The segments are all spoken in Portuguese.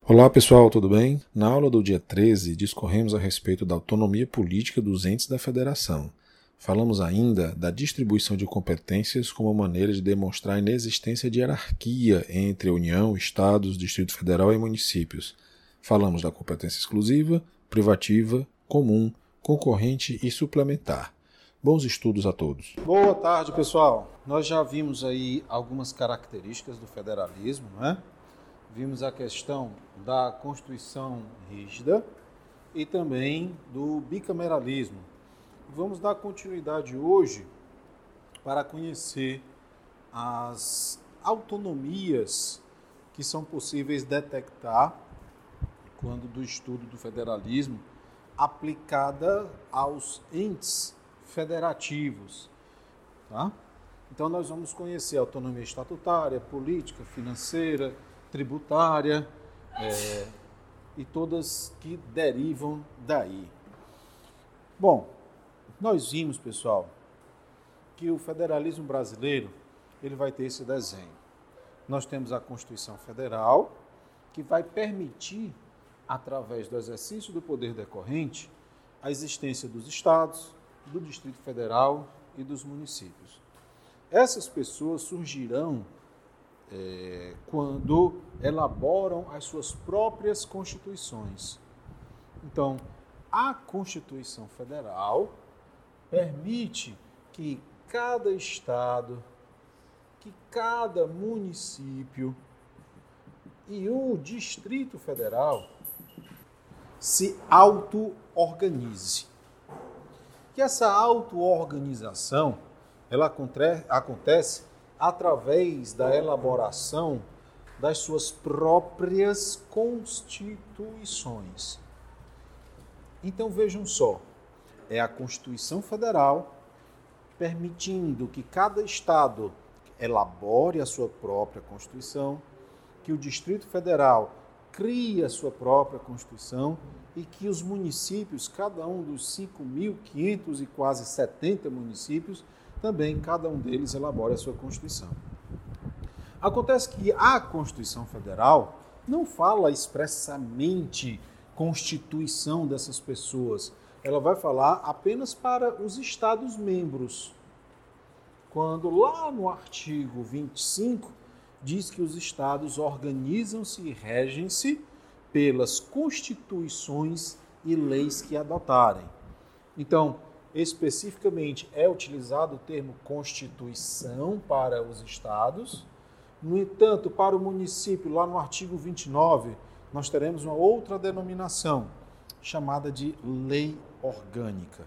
Olá pessoal, tudo bem? Na aula do dia 13, discorremos a respeito da autonomia política dos entes da Federação. Falamos ainda da distribuição de competências como maneira de demonstrar a inexistência de hierarquia entre a União, Estados, Distrito Federal e municípios. Falamos da competência exclusiva, privativa, comum, concorrente e suplementar. Bons estudos a todos. Boa tarde, pessoal. Nós já vimos aí algumas características do federalismo, não é? Vimos a questão da Constituição rígida e também do bicameralismo. Vamos dar continuidade hoje para conhecer as autonomias que são possíveis detectar quando do estudo do federalismo aplicada aos entes federativos, tá? Então nós vamos conhecer a autonomia estatutária, política, financeira, tributária e todas que derivam daí. Bom, nós vimos, pessoal, que o federalismo brasileiro ele vai ter esse desenho. Nós temos a Constituição Federal, que vai permitir, através do exercício do poder decorrente, a existência dos estados, do Distrito Federal e dos municípios. Essas pessoas surgirão quando elaboram as suas próprias constituições. Então, a Constituição Federal permite que cada estado, que cada município e o Distrito Federal se auto-organize. Que essa auto-organização ela acontece através da elaboração das suas próprias constituições. Então vejam só, é a Constituição Federal permitindo que cada estado elabore a sua própria Constituição, que o Distrito Federal crie a sua própria Constituição e que os municípios, cada um dos 5.500 e quase 70 municípios, também cada um deles elabora a sua Constituição. Acontece que a Constituição Federal não fala expressamente constituição dessas pessoas. Ela vai falar apenas para os Estados-membros. Quando lá no artigo 25 diz que os Estados organizam-se e regem-se pelas constituições e leis que adotarem. Então, especificamente é utilizado o termo Constituição para os estados. No entanto, para o município, lá no artigo 29, nós teremos uma outra denominação, chamada de Lei Orgânica.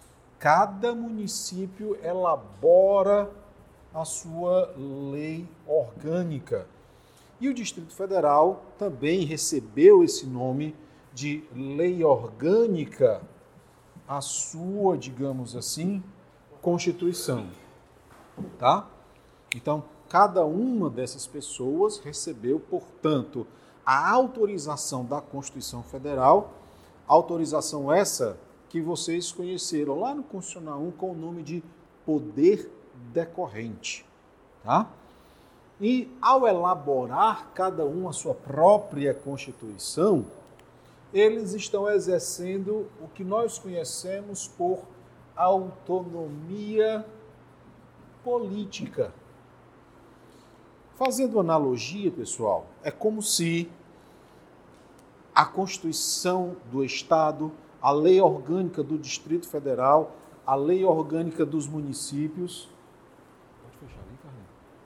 Cada município elabora a sua lei orgânica. E o Distrito Federal também recebeu esse nome de Lei Orgânica, a sua, digamos assim, Constituição, tá? Então, cada uma dessas pessoas recebeu, portanto, a autorização da Constituição Federal, autorização essa que vocês conheceram lá no Constitucional 1 com o nome de poder decorrente, tá? E ao elaborar cada um a sua própria Constituição, eles estão exercendo o que nós conhecemos por autonomia política. Fazendo analogia, pessoal, é como se a Constituição do Estado, a lei orgânica do Distrito Federal, a lei orgânica dos municípios, pode fechar ali, Carlinhos.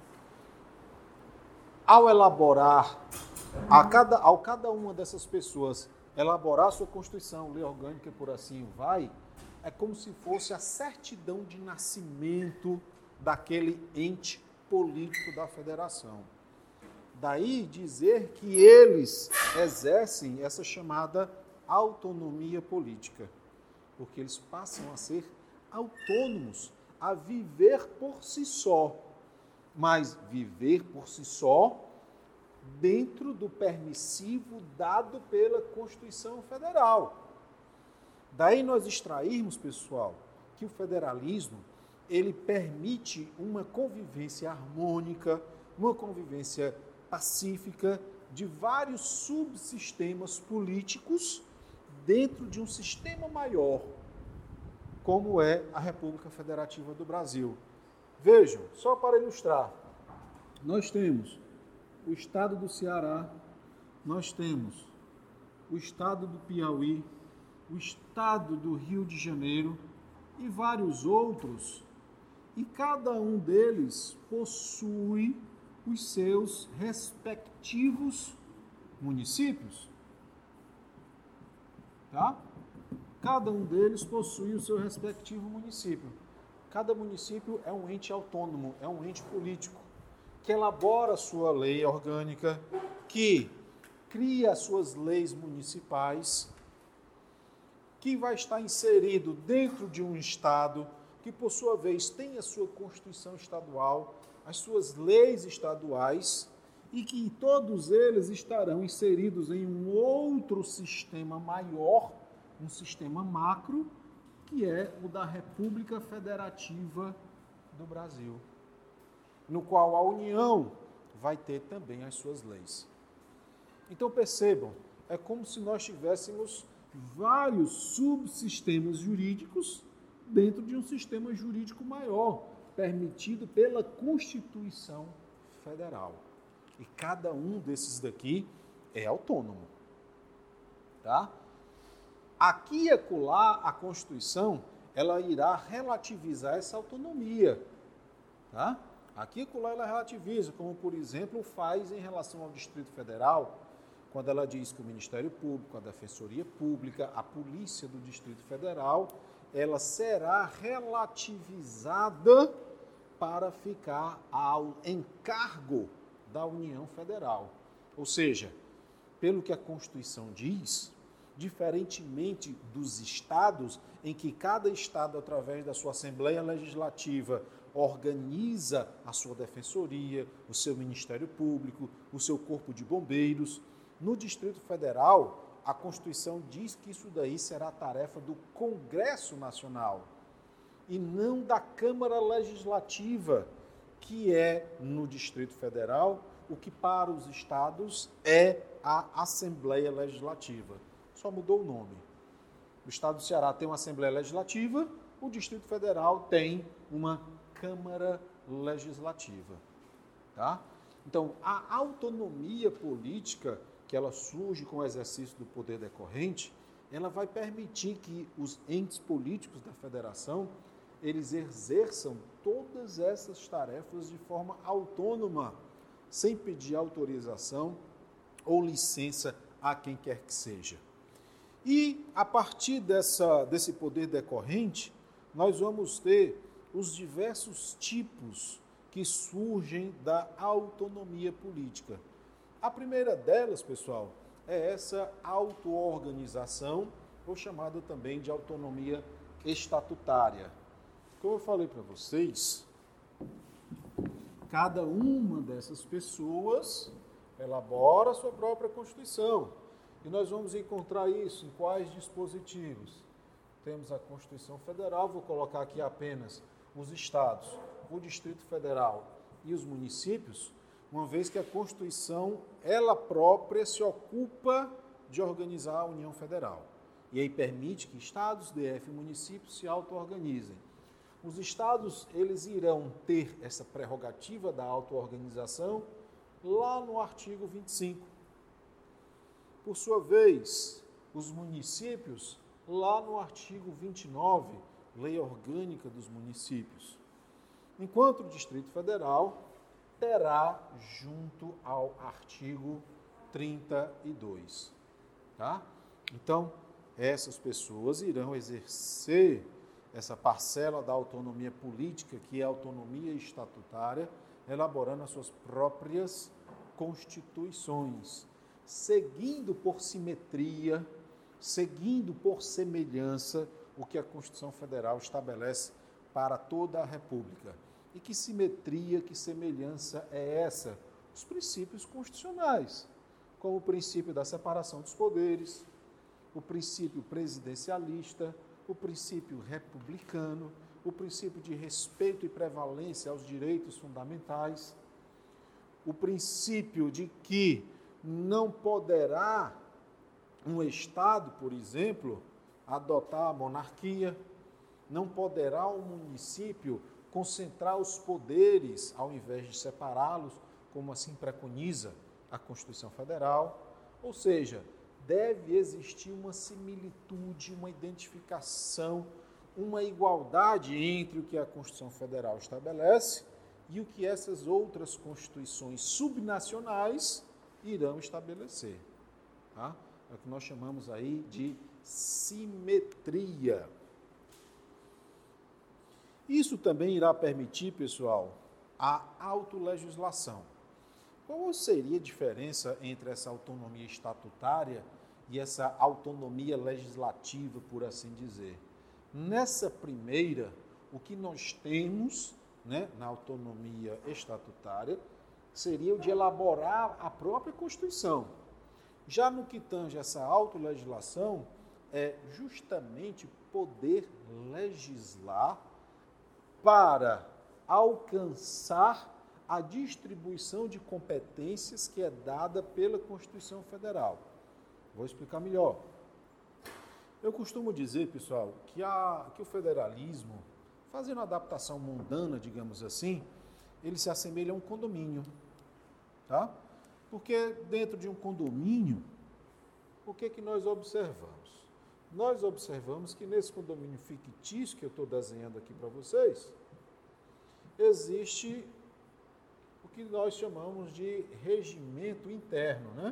Ao elaborar, cada uma dessas pessoas elaborar sua Constituição, lei orgânica, por assim vai, é como se fosse a certidão de nascimento daquele ente político da federação. Daí dizer que eles exercem essa chamada autonomia política, porque eles passam a ser autônomos, a viver por si só, mas viver por si só dentro do permissivo dado pela Constituição Federal. Daí nós extrairmos, pessoal, que o federalismo ele permite uma convivência harmônica, uma convivência pacífica de vários subsistemas políticos dentro de um sistema maior, como é a República Federativa do Brasil. Vejam, só para ilustrar, nós temos o estado do Ceará, nós temos o estado do Piauí, o estado do Rio de Janeiro e vários outros, e cada um deles possui os seus respectivos municípios. Tá? Cada um deles possui o seu respectivo município. Cada município é um ente autônomo, é um ente político, que elabora a sua lei orgânica, que cria as suas leis municipais, que vai estar inserido dentro de um estado, que por sua vez tem a sua Constituição estadual, as suas leis estaduais, e que todos eles estarão inseridos em um outro sistema maior, um sistema macro, que é o da República Federativa do Brasil, no qual a União vai ter também as suas leis. Então percebam, é como se nós tivéssemos vários subsistemas jurídicos dentro de um sistema jurídico maior, permitido pela Constituição Federal. E cada um desses daqui é autônomo. Tá? Aqui e acolá, a Constituição, ela irá relativizar essa autonomia. Tá? Aqui e acolá ela relativiza, como, por exemplo, faz em relação ao Distrito Federal, quando ela diz que o Ministério Público, a Defensoria Pública, a Polícia do Distrito Federal, ela será relativizada para ficar ao encargo da União Federal. Ou seja, pelo que a Constituição diz, diferentemente dos estados, em que cada estado, através da sua Assembleia Legislativa, organiza a sua defensoria, o seu Ministério Público, o seu Corpo de Bombeiros, no Distrito Federal, a Constituição diz que isso daí será tarefa do Congresso Nacional e não da Câmara Legislativa, que é, no Distrito Federal, o que para os estados é a Assembleia Legislativa. Só mudou o nome. O estado do Ceará tem uma Assembleia Legislativa, o Distrito Federal tem uma Câmara Legislativa. Tá? Então, a autonomia política, que ela surge com o exercício do poder decorrente, ela vai permitir que os entes políticos da federação, eles exerçam todas essas tarefas de forma autônoma, sem pedir autorização ou licença a quem quer que seja. E, a partir desse poder decorrente, nós vamos ter os diversos tipos que surgem da autonomia política. A primeira delas, pessoal, é essa auto-organização, ou chamada também de autonomia estatutária. Como eu falei para vocês, cada uma dessas pessoas elabora a sua própria Constituição. E nós vamos encontrar isso em quais dispositivos? Temos a Constituição Federal, vou colocar aqui apenas os estados, o Distrito Federal e os municípios, uma vez que a Constituição, ela própria, se ocupa de organizar a União Federal. E aí permite que estados, DF e municípios se auto-organizem. Os estados, eles irão ter essa prerrogativa da auto-organização lá no artigo 25. Por sua vez, os municípios, lá no artigo 29, Lei Orgânica dos Municípios. Enquanto o Distrito Federal terá junto ao artigo 32. Tá? Então, essas pessoas irão exercer essa parcela da autonomia política, que é a autonomia estatutária, elaborando as suas próprias constituições, seguindo por simetria, seguindo por semelhança o que a Constituição Federal estabelece para toda a República. E que simetria, que semelhança é essa? Os princípios constitucionais, como o princípio da separação dos poderes, o princípio presidencialista, o princípio republicano, o princípio de respeito e prevalência aos direitos fundamentais, o princípio de que não poderá um Estado, por exemplo, adotar a monarquia, não poderá um município concentrar os poderes ao invés de separá-los, como assim preconiza a Constituição Federal. Ou seja, deve existir uma similitude, uma identificação, uma igualdade entre o que a Constituição Federal estabelece e o que essas outras constituições subnacionais irão estabelecer. Tá? É o que nós chamamos aí de simetria. Isso também irá permitir, pessoal, a autolegislação. Qual seria a diferença entre essa autonomia estatutária e essa autonomia legislativa, por assim dizer? Nessa primeira, o que nós temos, né, na autonomia estatutária seria o de elaborar a própria Constituição. Já no que tange essa autolegislação, é justamente poder legislar para alcançar a distribuição de competências que é dada pela Constituição Federal. Vou explicar melhor. Eu costumo dizer, pessoal, que o federalismo, fazendo uma adaptação mundana, digamos assim, ele se assemelha a um condomínio. Tá? Porque dentro de um condomínio, o que nós observamos? Nós observamos que nesse condomínio fictício que eu estou desenhando aqui para vocês, existe o que nós chamamos de regimento interno, né?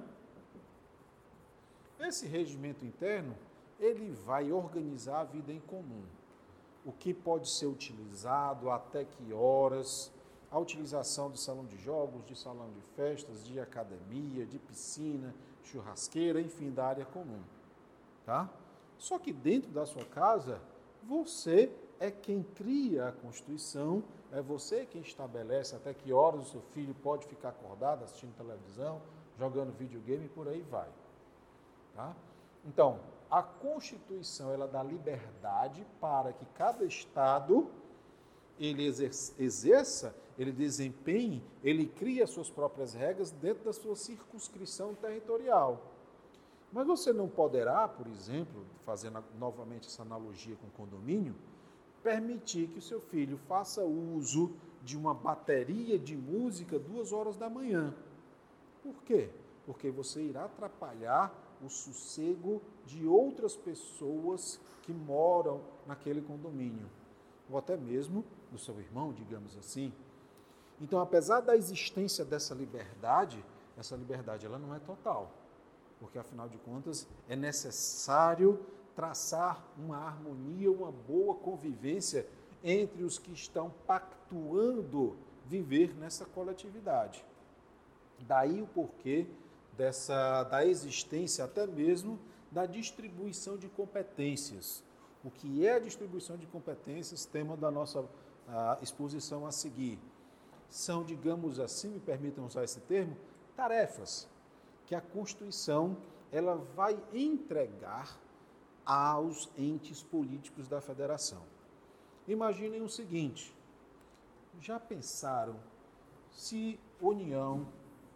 Esse regimento interno, ele vai organizar a vida em comum. O que pode ser utilizado, até que horas, a utilização de salão de jogos, de salão de festas, de academia, de piscina, churrasqueira, enfim, da área comum. Tá? Só que dentro da sua casa, você é quem cria a Constituição, é você quem estabelece até que horas o seu filho pode ficar acordado assistindo televisão, jogando videogame e por aí vai. Tá? Então, a Constituição ela dá liberdade para que cada Estado ele exerça, ele desempenhe, ele cria as suas próprias regras dentro da sua circunscrição territorial. Mas você não poderá, por exemplo, fazendo novamente essa analogia com o condomínio, permitir que o seu filho faça uso de uma bateria de música 2 horas da manhã. Por quê? Porque você irá atrapalhar o sossego de outras pessoas que moram naquele condomínio, ou até mesmo do seu irmão, digamos assim. Então, apesar da existência dessa liberdade, essa liberdade ela não é total, porque, afinal de contas, é necessário traçar uma harmonia, uma boa convivência entre os que estão pactuando viver nessa coletividade. Daí o porquê da existência até mesmo da distribuição de competências. O que é a distribuição de competências, tema da nossa exposição a seguir. São, digamos assim, me permitam usar esse termo, tarefas que a Constituição ela vai entregar aos entes políticos da federação. Imaginem o seguinte, já pensaram se União,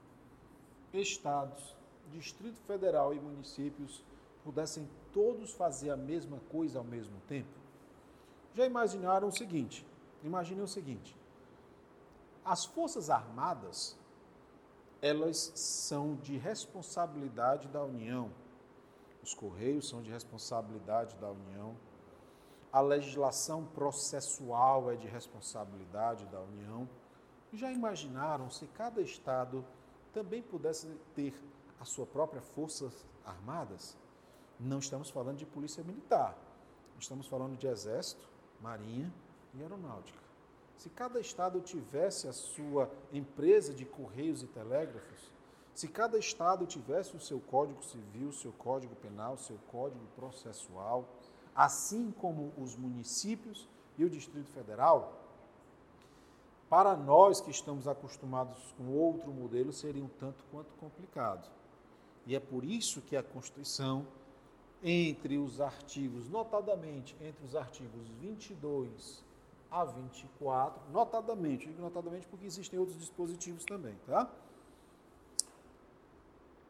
Estados, Distrito Federal e municípios pudessem todos fazer a mesma coisa ao mesmo tempo? Já imaginaram o seguinte, imaginem o seguinte, as Forças Armadas, elas são de responsabilidade da União, os Correios são de responsabilidade da União, a legislação processual é de responsabilidade da União. Já imaginaram se cada Estado também pudesse ter a sua própria Forças Armadas? Não estamos falando de Polícia Militar, estamos falando de Exército, Marinha e Aeronáutica. Se cada Estado tivesse a sua empresa de Correios e Telégrafos, se cada Estado tivesse o seu Código Civil, o seu Código Penal, o seu Código Processual, assim como os municípios e o Distrito Federal, para nós que estamos acostumados com outro modelo, seria um tanto quanto complicado. E é por isso que a Constituição, entre os artigos, notadamente entre os artigos 22 a 24, notadamente, digo notadamente porque existem outros dispositivos também, tá?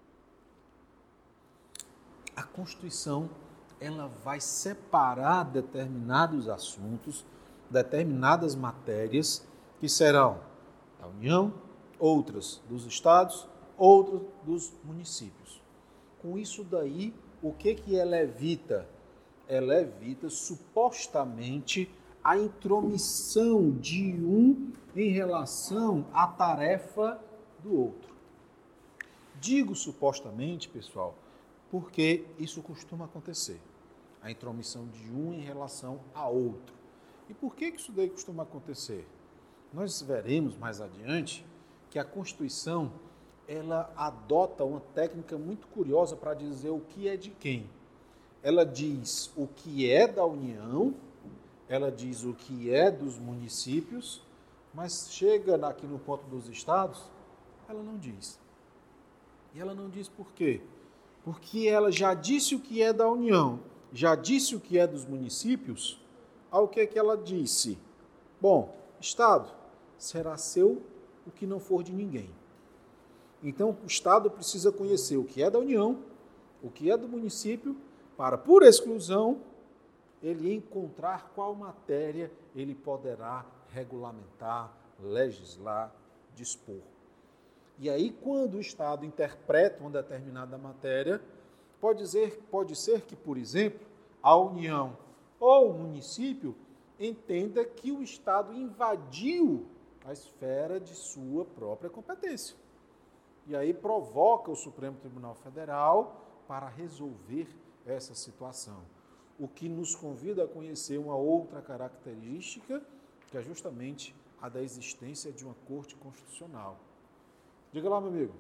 a Constituição ela vai separar determinados assuntos, determinadas matérias que serão da União, outras dos estados, outras dos municípios. Com isso daí, o que ela evita? Ela evita supostamente a intromissão de um em relação à tarefa do outro. Digo supostamente, pessoal, porque isso costuma acontecer, a intromissão de um em relação a outro. E por que isso daí costuma acontecer? Nós veremos mais adiante que a Constituição ela adota uma técnica muito curiosa para dizer o que é de quem. Ela diz o que é da União, ela diz o que é dos municípios, mas chega aqui no ponto dos estados, ela não diz. E ela não diz por quê? Porque ela já disse o que é da União, já disse o que é dos municípios, ao que ela disse? Bom, Estado, será seu o que não for de ninguém. Então, o Estado precisa conhecer o que é da União, o que é do município, para, por exclusão, ele encontrar qual matéria ele poderá regulamentar, legislar, dispor. E aí, quando o Estado interpreta uma determinada matéria, pode ser que, por exemplo, a União ou o município entenda que o Estado invadiu a esfera de sua própria competência. E aí provoca o Supremo Tribunal Federal para resolver essa situação. O que nos convida a conhecer uma outra característica, que é justamente a da existência de uma Corte Constitucional. Diga lá, meu amigo.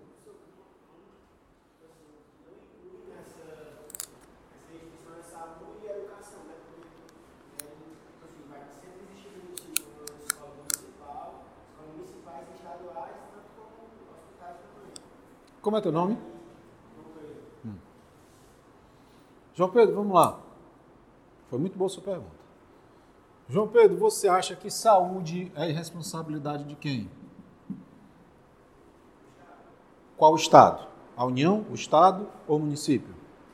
Como é teu nome? João Pedro, vamos lá. Foi muito boa a sua pergunta. João Pedro, você acha que saúde é responsabilidade de quem? Qual Estado? A União, o Estado ou o município?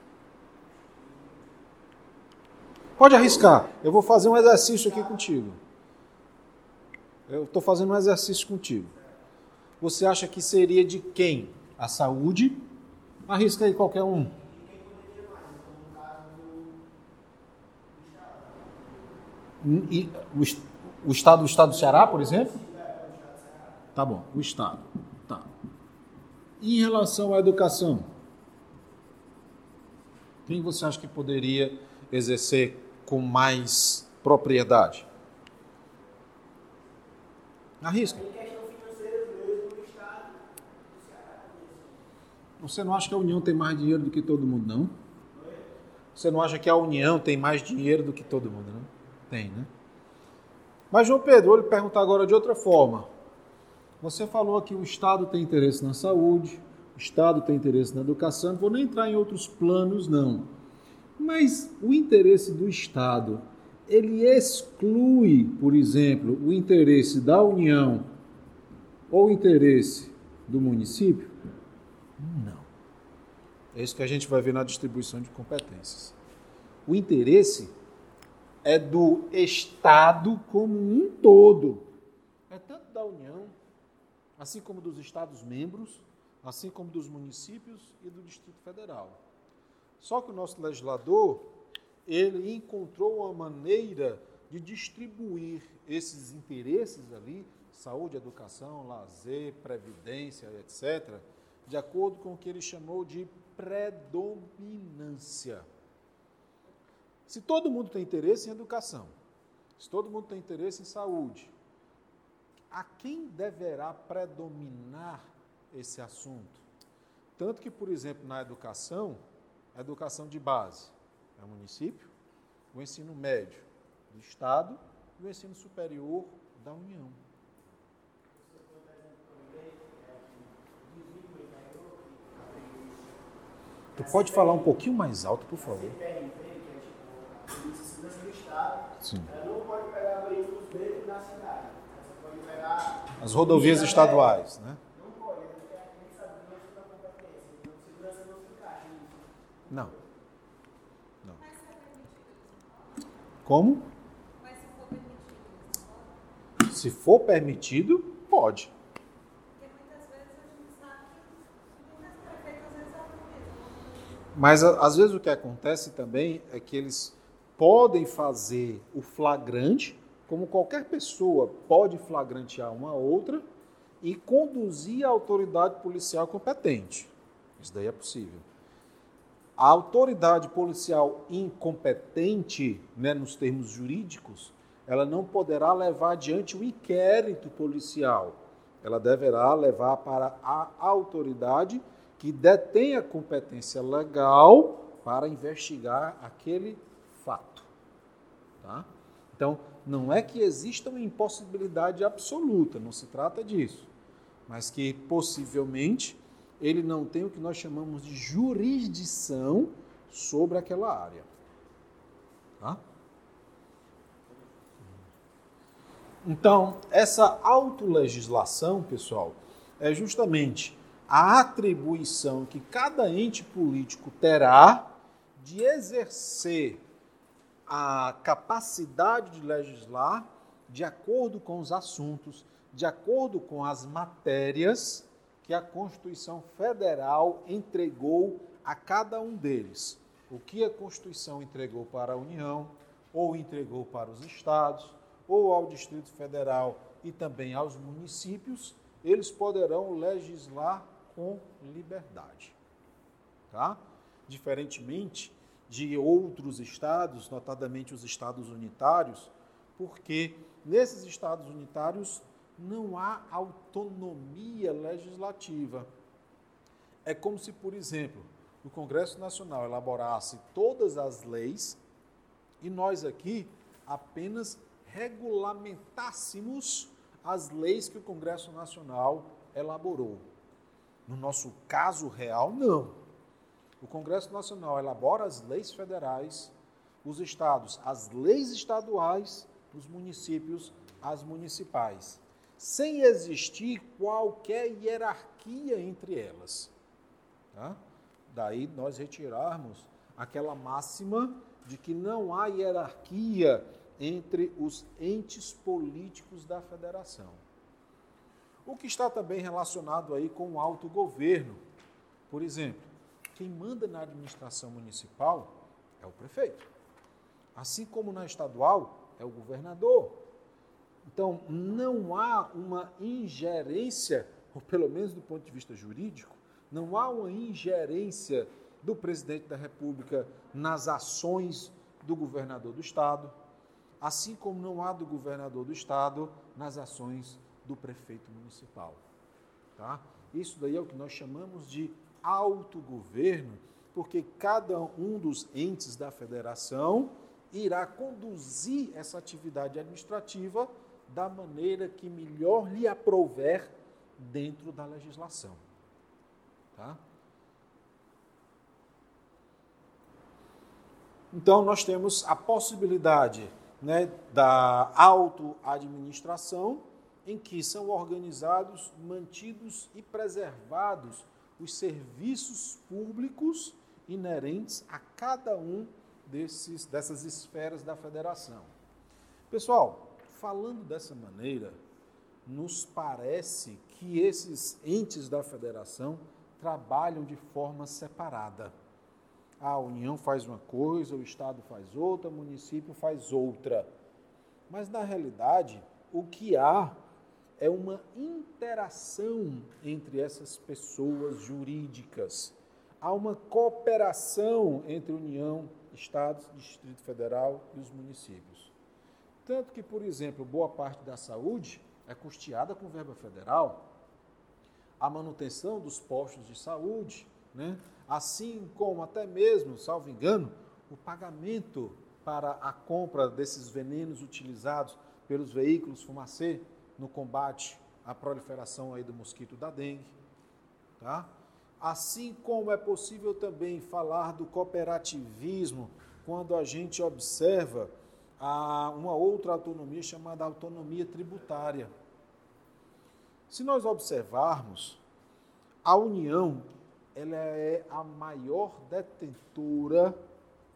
Pode arriscar. Eu vou fazer um exercício aqui contigo. Eu estou fazendo um exercício contigo. Você acha que seria de quem? A saúde? Arrisca aí qualquer um. E o estado do Ceará, por exemplo? Tá bom, o Estado. Tá. E em relação à educação? Quem você acha que poderia exercer com mais propriedade? Arrisca. Você não acha que a União tem mais dinheiro do que todo mundo, não? Você não acha que a União tem mais dinheiro do que todo mundo, não? Tem, né? Mas, João Pedro, vou lhe perguntar agora de outra forma. Você falou que o Estado tem interesse na saúde, o Estado tem interesse na educação, não vou nem entrar em outros planos, não. Mas o interesse do Estado, ele exclui, por exemplo, o interesse da União ou o interesse do município? Não. É isso que a gente vai ver na distribuição de competências. O interesse é do Estado como um todo. É tanto da União, assim como dos Estados-membros, assim como dos municípios e do Distrito Federal. Só que o nosso legislador, ele encontrou uma maneira de distribuir esses interesses ali, saúde, educação, lazer, previdência, etc., de acordo com o que ele chamou de predominância. Se todo mundo tem interesse em educação, se todo mundo tem interesse em saúde, a quem deverá predominar esse assunto? Tanto que, por exemplo, na educação, a educação de base é o município, o ensino médio do Estado e o ensino superior da União. Tu pode falar um pouquinho mais alto, por favor? Sim. Não pode pegar veículos dentro da cidade. Você pode pegar as rodovias estaduais, né? Não pode, porque a gente sabe que não é da competência. Então, segurança não se encaixa nisso. Não. Não. Como? Mas se for permitido, Se for permitido, pode. porque muitas vezes a gente sabe que muitas prefeitas às vezes autorizam. Mas às vezes o que acontece também é que eles podem fazer o flagrante, como qualquer pessoa pode flagrantear uma outra e conduzir a autoridade policial competente. Isso daí é possível. A autoridade policial incompetente, né, nos termos jurídicos, ela não poderá levar adiante o inquérito policial. Ela deverá levar para a autoridade que detém a competência legal para investigar aquele fato. Tá? Então, não é que exista uma impossibilidade absoluta, não se trata disso, mas que possivelmente ele não tem o que nós chamamos de jurisdição sobre aquela área. Tá? Então, essa autolegislação, pessoal, é justamente a atribuição que cada ente político terá de exercer a capacidade de legislar de acordo com os assuntos, de acordo com as matérias que a Constituição Federal entregou a cada um deles. O que a Constituição entregou para a União, ou entregou para os estados, ou ao Distrito Federal e também aos municípios, eles poderão legislar com liberdade. Tá? Diferentemente de outros estados, notadamente os estados unitários, porque nesses estados unitários não há autonomia legislativa. É como se, por exemplo, o Congresso Nacional elaborasse todas as leis e nós aqui apenas regulamentássemos as leis que o Congresso Nacional elaborou. No nosso caso real, não. O Congresso Nacional elabora as leis federais, os estados, as leis estaduais, os municípios, as municipais, sem existir qualquer hierarquia entre elas. Tá? Daí nós retirarmos aquela máxima de que não há hierarquia entre os entes políticos da federação. O que está também relacionado aí com o autogoverno. Por exemplo, quem manda na administração municipal é o prefeito. Assim como na estadual, é o governador. Então, não há uma ingerência, ou pelo menos do ponto de vista jurídico, não há uma ingerência do presidente da República nas ações do governador do estado, assim como não há do governador do estado nas ações do prefeito municipal. Tá? Isso daí é o que nós chamamos de autogoverno, porque cada um dos entes da federação irá conduzir essa atividade administrativa da maneira que melhor lhe aprouver dentro da legislação. Tá? Então, nós temos a possibilidade, né, da autoadministração, em que são organizados, mantidos e preservados os serviços públicos inerentes a cada um dessas esferas da federação. Pessoal, falando dessa maneira, nos parece que esses entes da federação trabalham de forma separada. A União faz uma coisa, o Estado faz outra, o município faz outra. Mas, na realidade, o que há é uma interação entre essas pessoas jurídicas. Há uma cooperação entre União, Estados, Distrito Federal e os municípios. Tanto que, por exemplo, boa parte da saúde é custeada com verba federal, a manutenção dos postos de saúde, né? Assim como até mesmo, salvo engano, o pagamento para a compra desses venenos utilizados pelos veículos fumacê no combate à proliferação aí do mosquito da dengue. Tá? Assim como é possível também falar do cooperativismo quando a gente observa uma outra autonomia chamada autonomia tributária. Se nós observarmos, a União ela é a maior detentora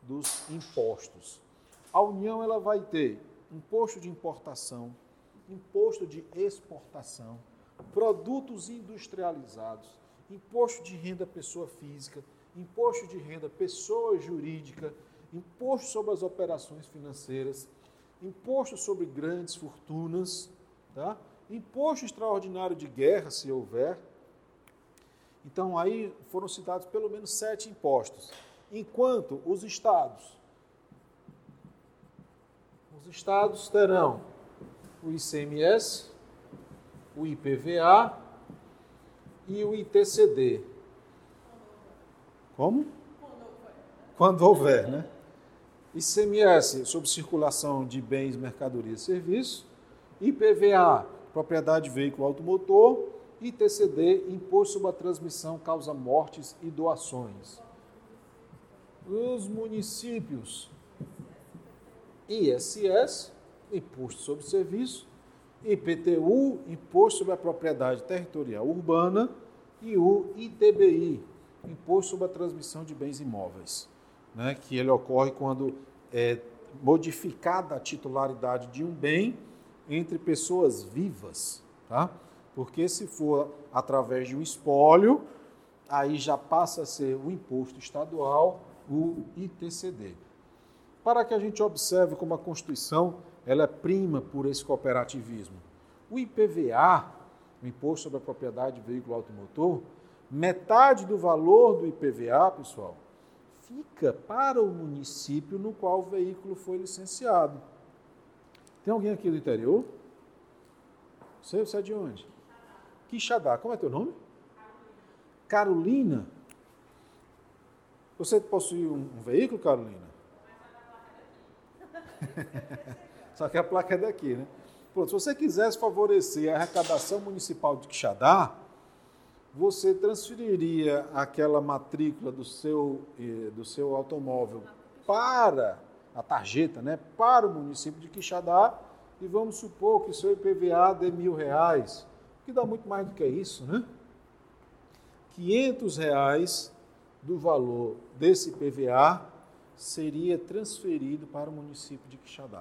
dos impostos. A União ela vai ter imposto de importação, imposto de exportação, produtos industrializados, imposto de renda pessoa física, imposto de renda pessoa jurídica, imposto sobre as operações financeiras, imposto sobre grandes fortunas, tá? Imposto extraordinário de guerra, se houver. Então, aí foram citados pelo menos 7 impostos. Enquanto os estados terão o ICMS, o IPVA e o ITCD. Como? Quando houver, né? ICMS, sobre circulação de bens, mercadorias e serviços. IPVA, propriedade de veículo automotor. ITCD, imposto sobre a transmissão, causa mortes e doações. Os municípios, ISS, imposto sobre serviço. IPTU, imposto sobre a propriedade territorial urbana. E o ITBI, imposto sobre a transmissão de bens imóveis, né, que ele ocorre quando é modificada a titularidade de um bem entre pessoas vivas, tá? Porque se for através de um espólio, aí já passa a ser o imposto estadual, o ITCD. Para que a gente observe como a Constituição ela é prima por esse cooperativismo. O IPVA, o Imposto sobre a Propriedade de Veículo Automotor, metade do valor do IPVA, pessoal, fica para o município no qual o veículo foi licenciado. Tem alguém aqui do interior? Você é de onde? Quixadá. Como é teu nome? Carolina. Você possui um veículo, Carolina? Só que a placa é daqui, né? Pronto, se você quisesse favorecer a arrecadação municipal de Quixadá, você transferiria aquela matrícula do seu automóvel para a tarjeta, né? Para o município de Quixadá, e vamos supor que o seu IPVA dê R$1.000, que dá muito mais do que isso, né? R$500 do valor desse IPVA seria transferido para o município de Quixadá.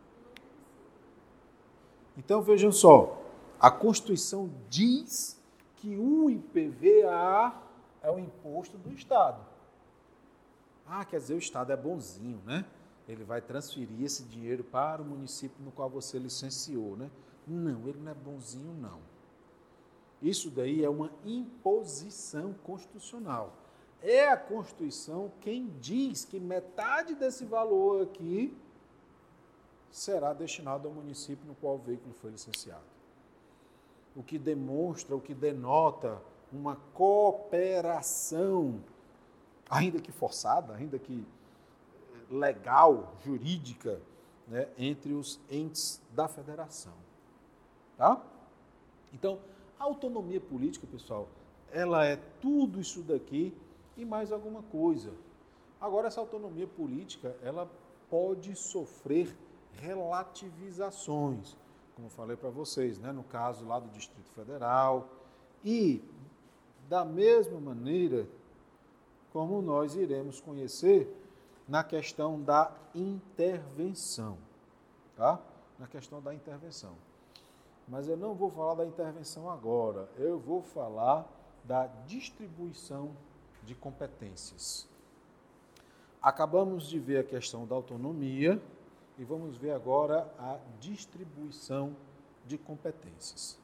Então, vejam só, a Constituição diz que o IPVA é o imposto do Estado. Ah, quer dizer, o Estado é bonzinho, né? Ele vai transferir esse dinheiro para o município no qual você licenciou, né? Não, ele não é bonzinho, não. Isso daí é uma imposição constitucional. É a Constituição quem diz que metade desse valor aqui será destinado ao município no qual o veículo foi licenciado. O que demonstra, o que denota uma cooperação, ainda que forçada, ainda que legal, jurídica, né, entre os entes da federação. Tá? Então, a autonomia política, pessoal, ela é tudo isso daqui e mais alguma coisa. Agora, essa autonomia política, ela pode sofrer relativizações, como eu falei para vocês, né, no caso lá do Distrito Federal, e da mesma maneira como nós iremos conhecer na questão da intervenção, tá? Na questão da intervenção. Mas eu não vou falar da intervenção agora, eu vou falar da distribuição de competências. Acabamos de ver a questão da autonomia e vamos ver agora a distribuição de competências.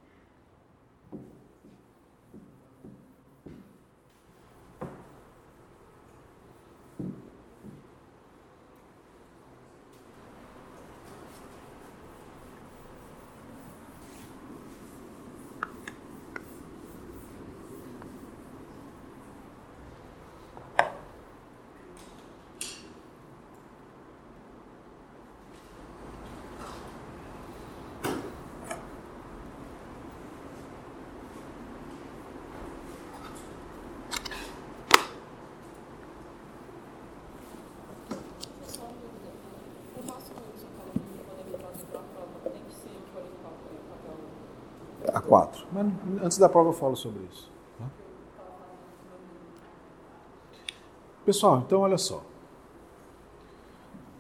A 4. Mas antes da prova eu falo sobre isso. Tá? Pessoal, então olha só.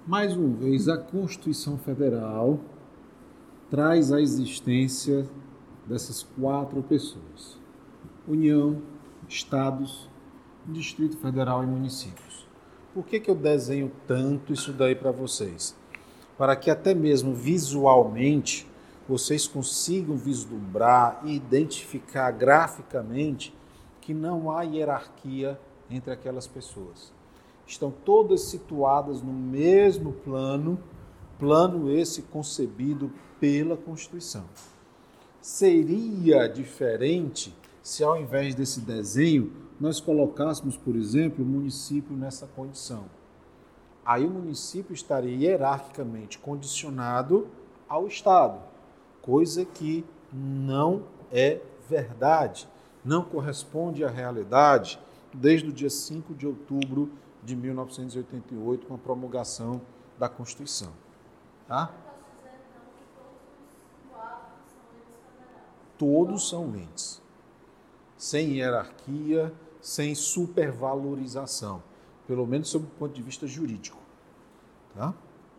Mais uma vez, a Constituição Federal traz a existência dessas 4 pessoas: União, Estados, Distrito Federal e municípios. Por que eu desenho tanto isso daí para vocês? Para que até mesmo visualmente vocês consigam vislumbrar e identificar graficamente que não há hierarquia entre aquelas pessoas. Estão todas situadas no mesmo plano esse concebido pela Constituição. Seria diferente se ao invés desse desenho nós colocássemos, por exemplo, o município nessa condição. Aí o município estaria hierarquicamente condicionado ao Estado, coisa que não é verdade, não corresponde à realidade desde o dia 5 de outubro de 1988, com a promulgação da Constituição. Tá? Todos são entes, sem hierarquia, sem supervalorização, pelo menos sob o ponto de vista jurídico. Tá?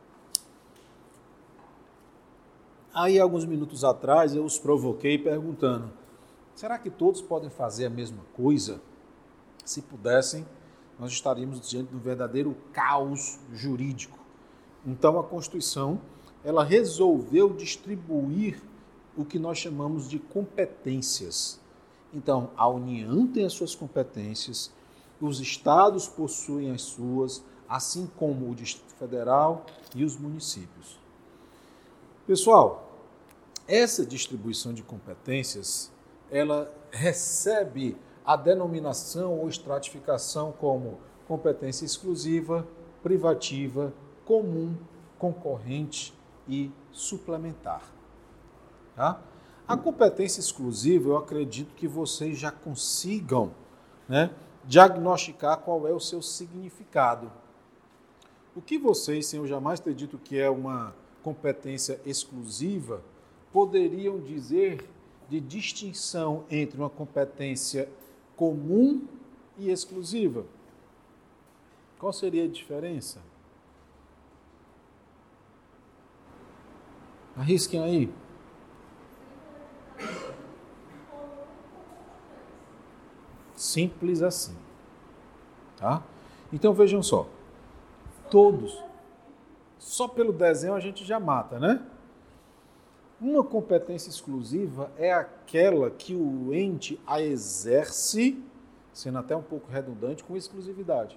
Aí, alguns minutos atrás, eu os provoquei perguntando: será que todos podem fazer a mesma coisa? Se pudessem, nós estaríamos diante de um verdadeiro caos jurídico. Então, a Constituição, ela resolveu distribuir o que nós chamamos de competências. Então, a União tem as suas competências, os estados possuem as suas, assim como o Distrito Federal e os municípios. Pessoal, essa distribuição de competências, ela recebe a denominação ou estratificação como competência exclusiva, privativa, comum, concorrente e suplementar. Tá? A competência exclusiva, eu acredito que vocês já consigam, diagnosticar qual é o seu significado. O que vocês, sem eu jamais ter dito que é uma competência exclusiva, poderiam dizer de distinção entre uma competência comum e exclusiva? Qual seria a diferença? Arrisquem aí. Simples assim. Tá? Então vejam só. Todos. Só pelo desenho a gente já mata, né? Uma competência exclusiva é aquela que o ente a exerce, sendo até um pouco redundante, com exclusividade.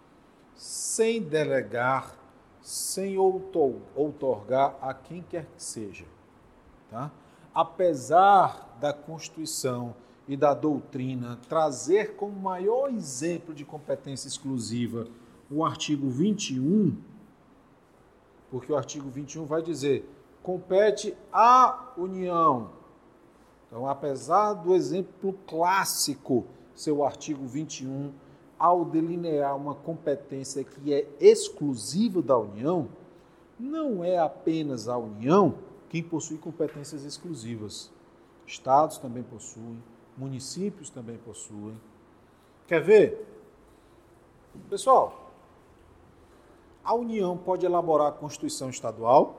Sem delegar, sem outorgar a quem quer que seja. Tá? Apesar da Constituição e da doutrina trazer como maior exemplo de competência exclusiva o artigo 21, porque o artigo 21 vai dizer: compete à União. Então, apesar do exemplo clássico ser o artigo 21, ao delinear uma competência que é exclusiva da União, não é apenas a União quem possui competências exclusivas. Estados também possuem, municípios também possuem. Quer ver? Pessoal, a União pode elaborar a Constituição Estadual?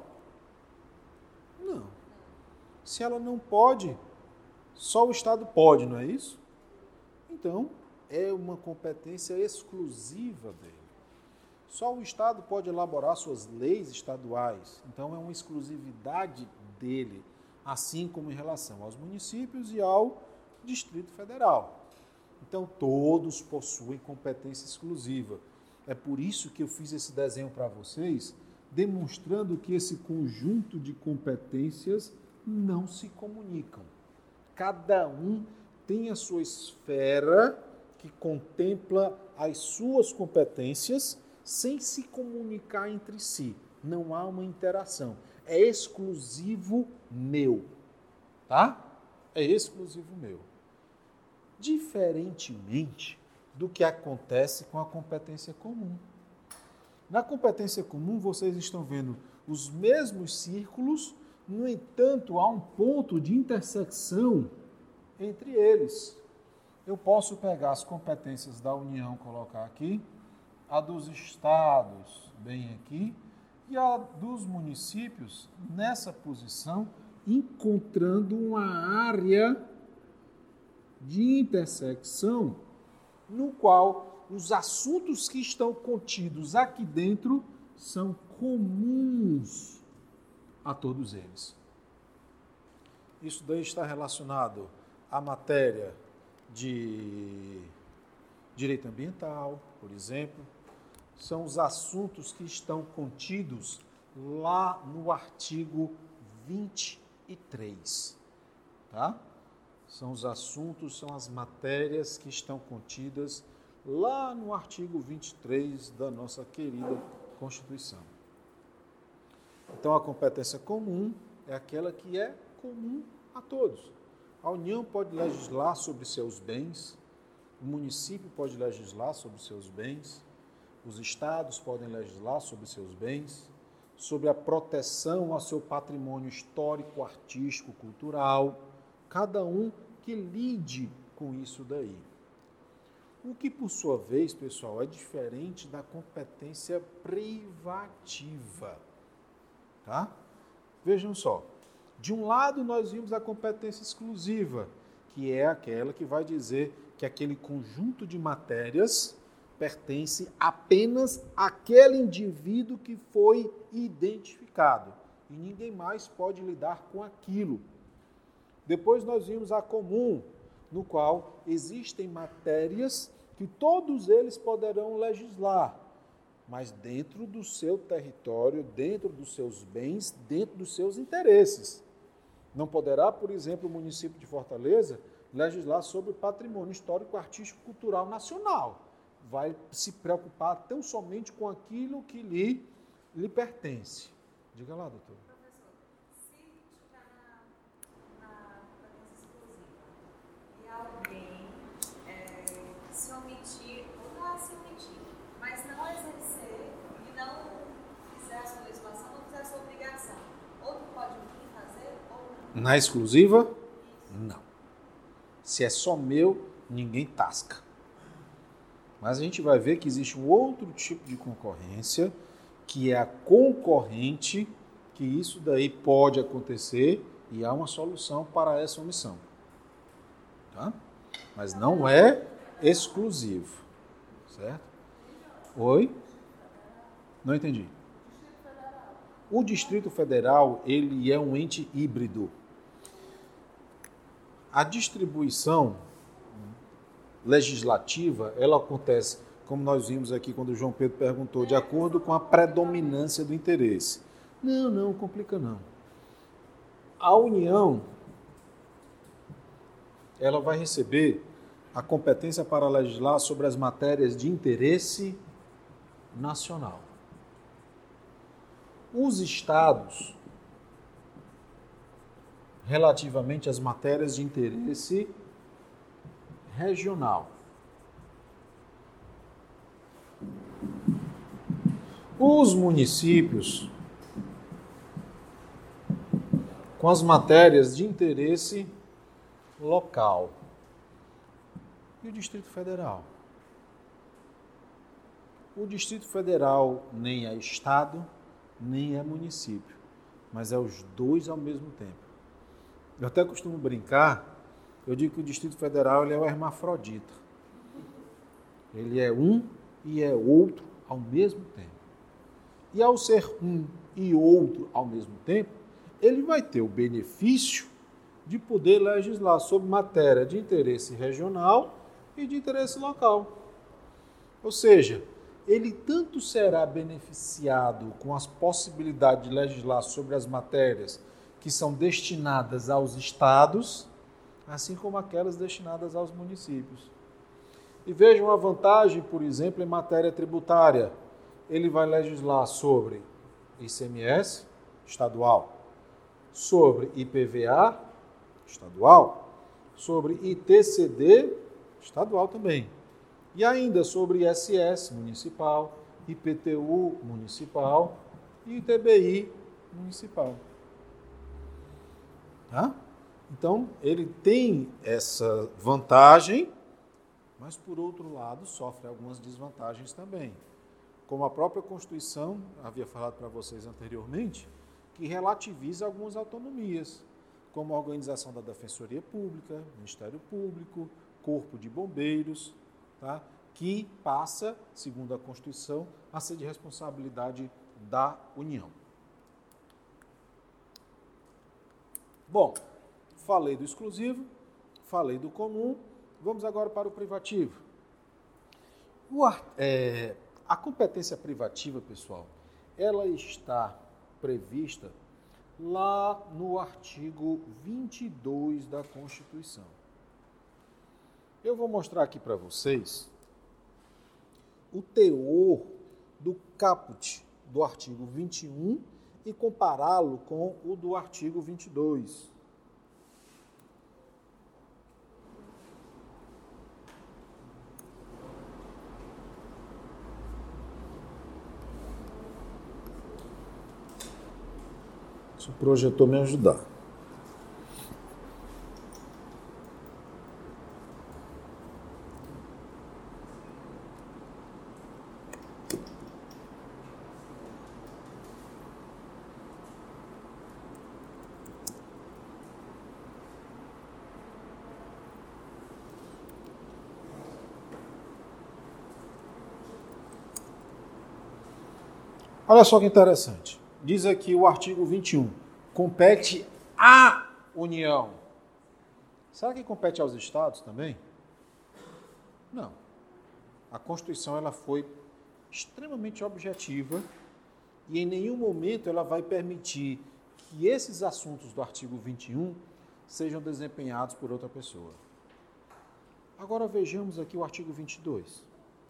Não. Se ela não pode, só o Estado pode, não é isso? Então, é uma competência exclusiva dele. Só o Estado pode elaborar suas leis estaduais. Então, é uma exclusividade dele, assim como em relação aos municípios e ao Distrito Federal. Então, todos possuem competência exclusiva. É por isso que eu fiz esse desenho para vocês, demonstrando que esse conjunto de competências não se comunicam. Cada um tem a sua esfera que contempla as suas competências sem se comunicar entre si. Não há uma interação. É exclusivo meu. Tá? É exclusivo meu. Diferentemente do que acontece com a competência comum. Na competência comum, vocês estão vendo os mesmos círculos, no entanto, há um ponto de intersecção entre eles. Eu posso pegar as competências da União, colocar aqui, a dos estados bem aqui, e a dos municípios nessa posição, encontrando uma área de intersecção no qual os assuntos que estão contidos aqui dentro são comuns a todos eles. Isso daí está relacionado à matéria de direito ambiental, por exemplo. São os assuntos que estão contidos lá no artigo 23, tá? São os assuntos, são as matérias que estão contidas lá no artigo 23 da nossa querida Constituição. Então, a competência comum é aquela que é comum a todos. A União pode legislar sobre seus bens, o município pode legislar sobre seus bens, os estados podem legislar sobre seus bens, sobre a proteção ao seu patrimônio histórico, artístico, cultural, cada um que lide com isso daí. O que, por sua vez, pessoal, é diferente da competência privativa. Tá? Vejam só. De um lado, nós vimos a competência exclusiva, que é aquela que vai dizer que aquele conjunto de matérias pertence apenas àquele indivíduo que foi identificado. E ninguém mais pode lidar com aquilo. Depois nós vimos a comum, no qual existem matérias que todos eles poderão legislar, mas dentro do seu território, dentro dos seus bens, dentro dos seus interesses. Não poderá, por exemplo, o município de Fortaleza legislar sobre o patrimônio histórico, artístico e cultural nacional. Vai se preocupar tão somente com aquilo que lhe pertence. Diga lá, doutor. Professor, se estiver na competência exclusiva e alguém se omitir, ou não é se omitir, mas não exercer e não fizer a sua legislação, não fizer a sua obrigação, outro pode vir fazer ou não? Na exclusiva? Não. Se é só meu, ninguém tasca. Mas a gente vai ver que existe um outro tipo de concorrência, que é a concorrente, que isso daí pode acontecer e há uma solução para essa omissão. Tá? Mas não é exclusivo. Certo? Oi? Não entendi. O Distrito Federal, ele é um ente híbrido. A distribuição legislativa, ela acontece, como nós vimos aqui quando o João Pedro perguntou, de acordo com a predominância do interesse. Não complica não. A União, ela vai receber a competência para legislar sobre as matérias de interesse nacional. Os estados, relativamente às matérias de interesse regional. Os municípios, com as matérias de interesse local. E o Distrito Federal? O Distrito Federal nem é estado, nem é município, mas é os dois ao mesmo tempo. Eu até costumo brincar, eu digo que o Distrito Federal ele é o hermafrodita. Ele é um e é outro ao mesmo tempo. E ao ser um e outro ao mesmo tempo, ele vai ter o benefício de poder legislar sobre matéria de interesse regional e de interesse local. Ou seja, ele tanto será beneficiado com as possibilidades de legislar sobre as matérias que são destinadas aos estados, assim como aquelas destinadas aos municípios. E vejam a vantagem, por exemplo, em matéria tributária. Ele vai legislar sobre ICMS, estadual, sobre IPVA, estadual, sobre ITCD, estadual também, e ainda sobre ISS, municipal, IPTU, municipal e ITBI, municipal. Tá? Então, ele tem essa vantagem, mas, por outro lado, sofre algumas desvantagens também. como a própria Constituição, havia falado para vocês anteriormente, que relativiza algumas autonomias, como a organização da Defensoria Pública, Ministério Público, Corpo de Bombeiros, tá? Que passa, segundo a Constituição, a ser de responsabilidade da União. Bom, falei do exclusivo, falei do comum, vamos agora para o privativo. A competência privativa, pessoal, ela está prevista lá no artigo 22 da Constituição. Eu vou mostrar aqui para vocês o teor do caput do artigo 21 e compará-lo com o do artigo 22. Se o projetor me ajudar. Olha só que interessante. Diz aqui o artigo 21. Compete à União. Será que compete aos Estados também? Não. A Constituição ela foi extremamente objetiva e em nenhum momento ela vai permitir que esses assuntos do artigo 21 sejam desempenhados por outra pessoa. Agora vejamos aqui o artigo 22.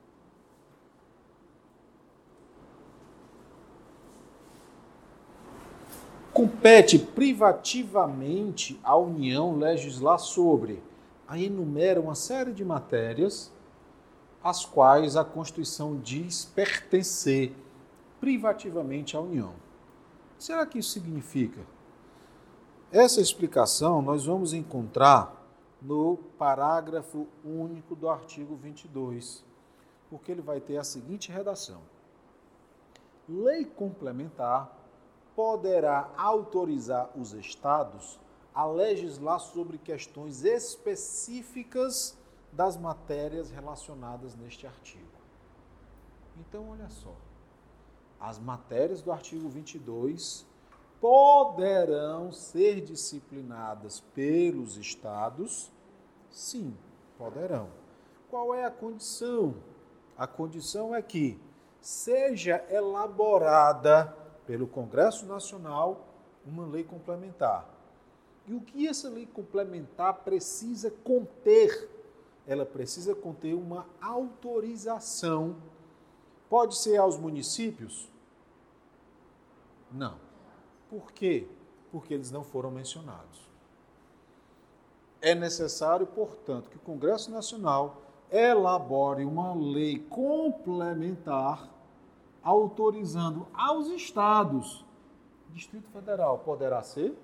Compete privativamente à União legislar sobre. Aí enumera uma série de matérias às quais a Constituição diz pertencer privativamente à União. Será que isso significa? Essa explicação nós vamos encontrar no parágrafo único do artigo 22, porque ele vai ter a seguinte redação. Lei complementar poderá autorizar os Estados a legislar sobre questões específicas das matérias relacionadas neste artigo. Então, olha só. As matérias do artigo 22 poderão ser disciplinadas pelos Estados? Sim, poderão. Qual é a condição? A condição é que seja elaborada pelo Congresso Nacional uma lei complementar. E o que essa lei complementar precisa conter? Ela precisa conter uma autorização. Pode ser aos municípios? Não. Por quê? Porque eles não foram mencionados. É necessário, portanto, que o Congresso Nacional elabore uma lei complementar autorizando aos estados. Distrito Federal poderá ser?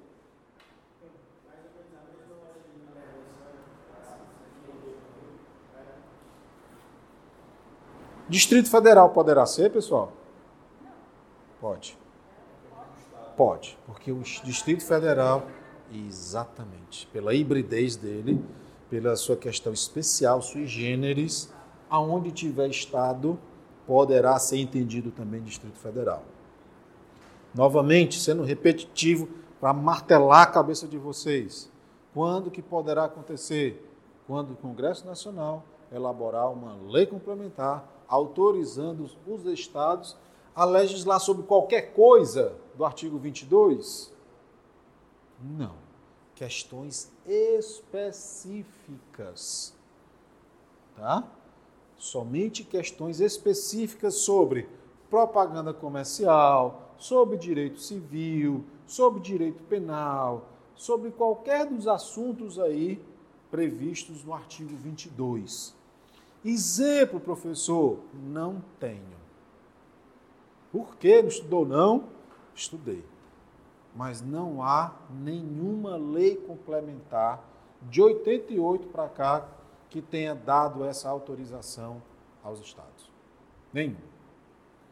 Distrito Federal poderá ser, pessoal? Pode. Pode, porque o Distrito Federal, exatamente, pela hibridez dele, pela sua questão especial, sui generis, aonde tiver estado, poderá ser entendido também Distrito Federal. Novamente, sendo repetitivo, para martelar a cabeça de vocês. Quando que poderá acontecer? Quando o Congresso Nacional elaborar uma lei complementar autorizando os estados a legislar sobre qualquer coisa do artigo 22? Não. Questões específicas. Tá? Somente questões específicas sobre propaganda comercial, sobre direito civil, sobre direito penal, sobre qualquer dos assuntos aí previstos no artigo 22. Exemplo, professor? Não tenho. Por que não estudou? Não? Estudei. Mas não há nenhuma lei complementar de 88 para cá que tenha dado essa autorização aos estados. Nenhum.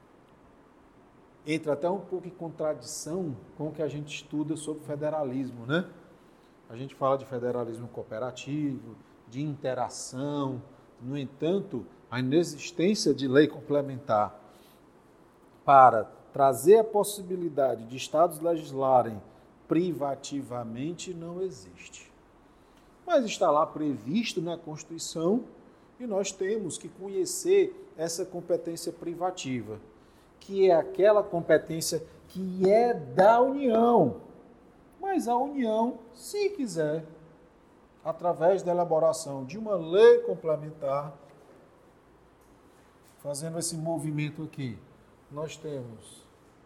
entra até um pouco em contradição com o que a gente estuda sobre federalismo, né? A gente fala de federalismo cooperativo, de interação. No entanto, a inexistência de lei complementar para trazer a possibilidade de estados legislarem privativamente não existe. Mas está lá previsto na Constituição e nós temos que conhecer essa competência privativa, que é aquela competência que é da União. Mas a União, se quiser, através da elaboração de uma lei complementar, fazendo esse movimento aqui, nós temos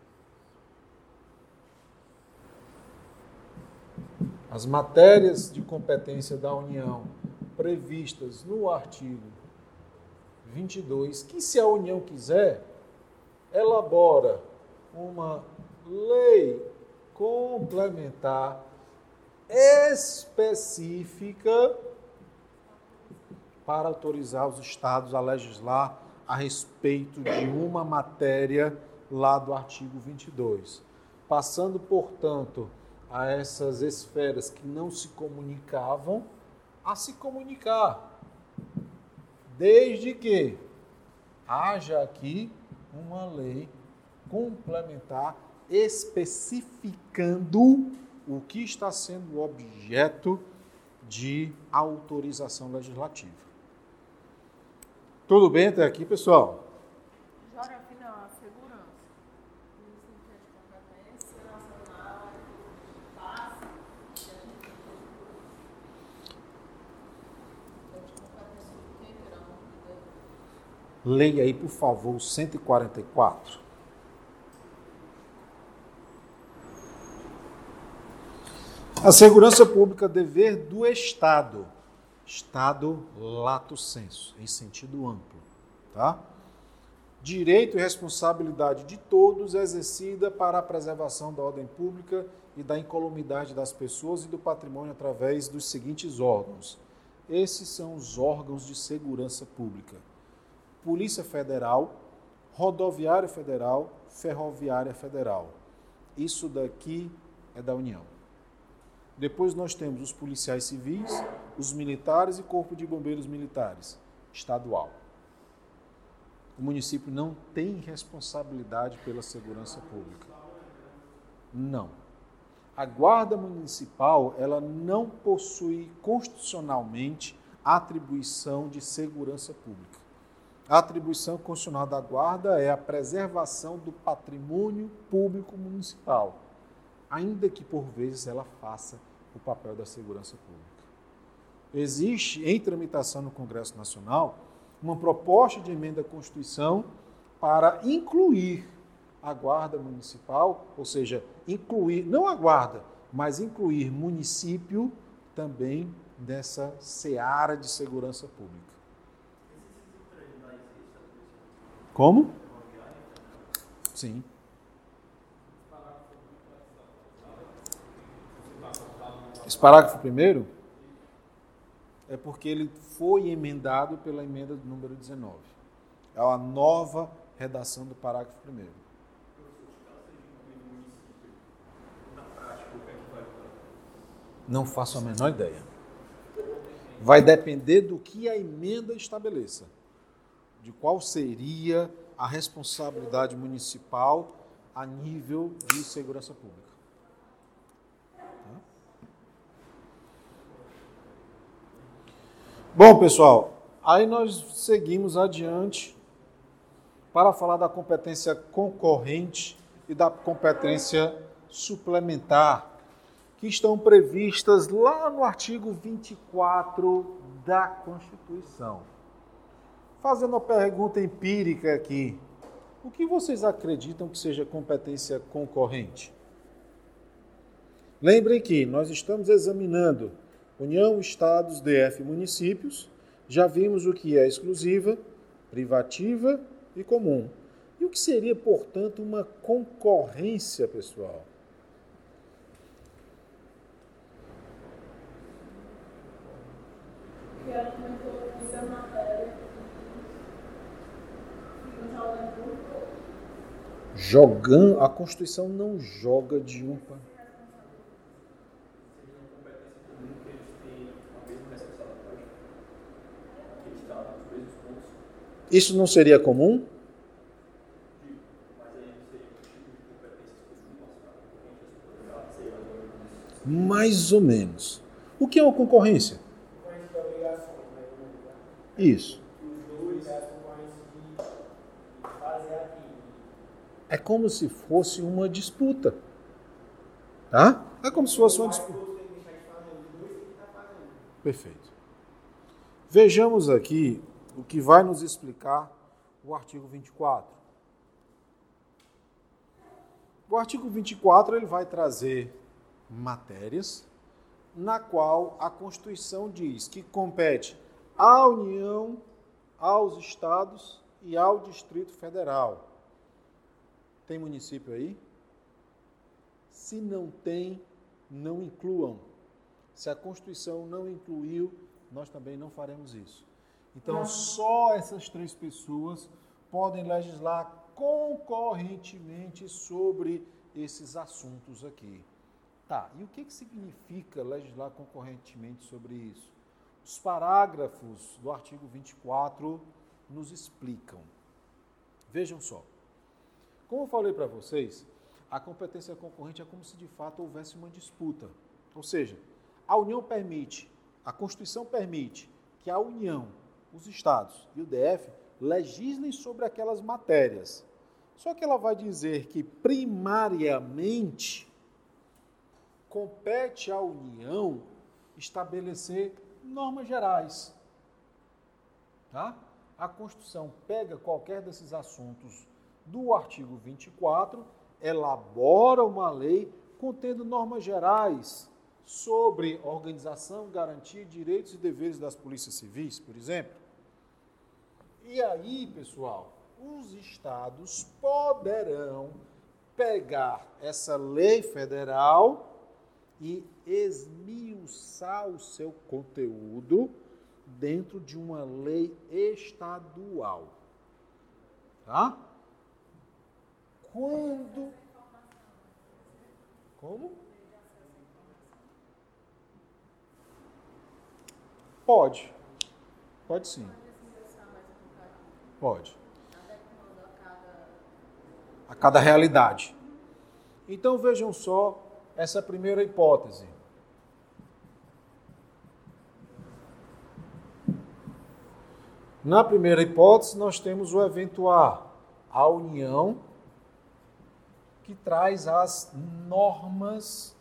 as matérias de competência da União previstas no artigo 22, que se a União quiser, elabora uma lei complementar específica para autorizar os estados a legislar a respeito de uma matéria lá do artigo 22. Passando, portanto, a essas esferas que não se comunicavam, a se comunicar, desde que haja aqui uma lei complementar especificando o que está sendo objeto de autorização legislativa. Tudo bem até aqui, pessoal? Jora, afinal, a segurança. Isso que é de competência nacional, passa, de competência do que, Verão? Leia aí, por favor, o 144. A segurança pública, dever do Estado. Estado lato sensu, em sentido amplo, tá? Direito e responsabilidade de todos exercida para a preservação da ordem pública e da incolumidade das pessoas e do patrimônio através dos seguintes órgãos. Esses são os órgãos de segurança pública: Polícia Federal, Rodoviária Federal, Ferroviária Federal. Isso daqui é da União. Depois nós temos os policiais civis, os militares e Corpo de Bombeiros Militares, estadual. O município não tem responsabilidade pela segurança pública. Não. A Guarda Municipal, ela não possui constitucionalmente atribuição de segurança pública. A atribuição constitucional da Guarda é a preservação do patrimônio público municipal, ainda que por vezes ela faça o papel da segurança pública. Existe em tramitação no Congresso Nacional uma proposta de emenda à Constituição para incluir a Guarda Municipal, ou seja, incluir, não a Guarda, mas incluir município também dessa seara de segurança pública. Como? Sim. Esse parágrafo primeiro é porque ele foi emendado pela emenda do número 19. É a nova redação do parágrafo primeiro. Não faço a menor ideia. Vai depender do que a emenda estabeleça, de qual seria a responsabilidade municipal a nível de segurança pública. Bom, pessoal, aí nós seguimos adiante para falar da competência concorrente e da competência suplementar, que estão previstas lá no artigo 24 da Constituição. Fazendo uma pergunta empírica aqui, o que vocês acreditam que seja competência concorrente? Lembrem que nós estamos examinando União, Estados, DF e municípios. Já vimos o que é exclusiva, privativa e comum. E o que seria, portanto, uma concorrência, pessoal? Que ela comentou que a matéria fica na ordem pública. Jogando, a Constituição não joga de um para... Isso não seria comum? Mais ou menos. O que é uma concorrência? Isso. É como se fosse uma disputa. Tá? É como se fosse uma disputa. Perfeito. Vejamos aqui o que vai nos explicar o artigo 24. O artigo 24 ele vai trazer matérias na qual a Constituição diz que compete à União, aos Estados e ao Distrito Federal. Tem município aí? Se não tem, não incluam. Se a Constituição não incluiu, nós também não faremos isso. Então, só essas 3 pessoas podem legislar concorrentemente sobre esses assuntos aqui. Tá, e o que significa legislar concorrentemente sobre isso? Os parágrafos do artigo 24 nos explicam. Vejam só. Como eu falei para vocês, a competência concorrente é como se de fato houvesse uma disputa. Ou seja, a União permite, a Constituição permite que a União, os Estados e o DF legislem sobre aquelas matérias. Só que ela vai dizer que primariamente compete à União estabelecer normas gerais. Tá? A Constituição pega qualquer desses assuntos do artigo 24, elabora uma lei contendo normas gerais sobre organização, garantia, direitos e deveres das polícias civis, por exemplo. E aí, pessoal, os estados poderão pegar essa lei federal e esmiuçar o seu conteúdo dentro de uma lei estadual. Tá? Quando... Como? Pode. Pode sim. Pode. A cada realidade. Então vejam só essa primeira hipótese. Na primeira hipótese, nós temos o evento A, a União, que traz as normas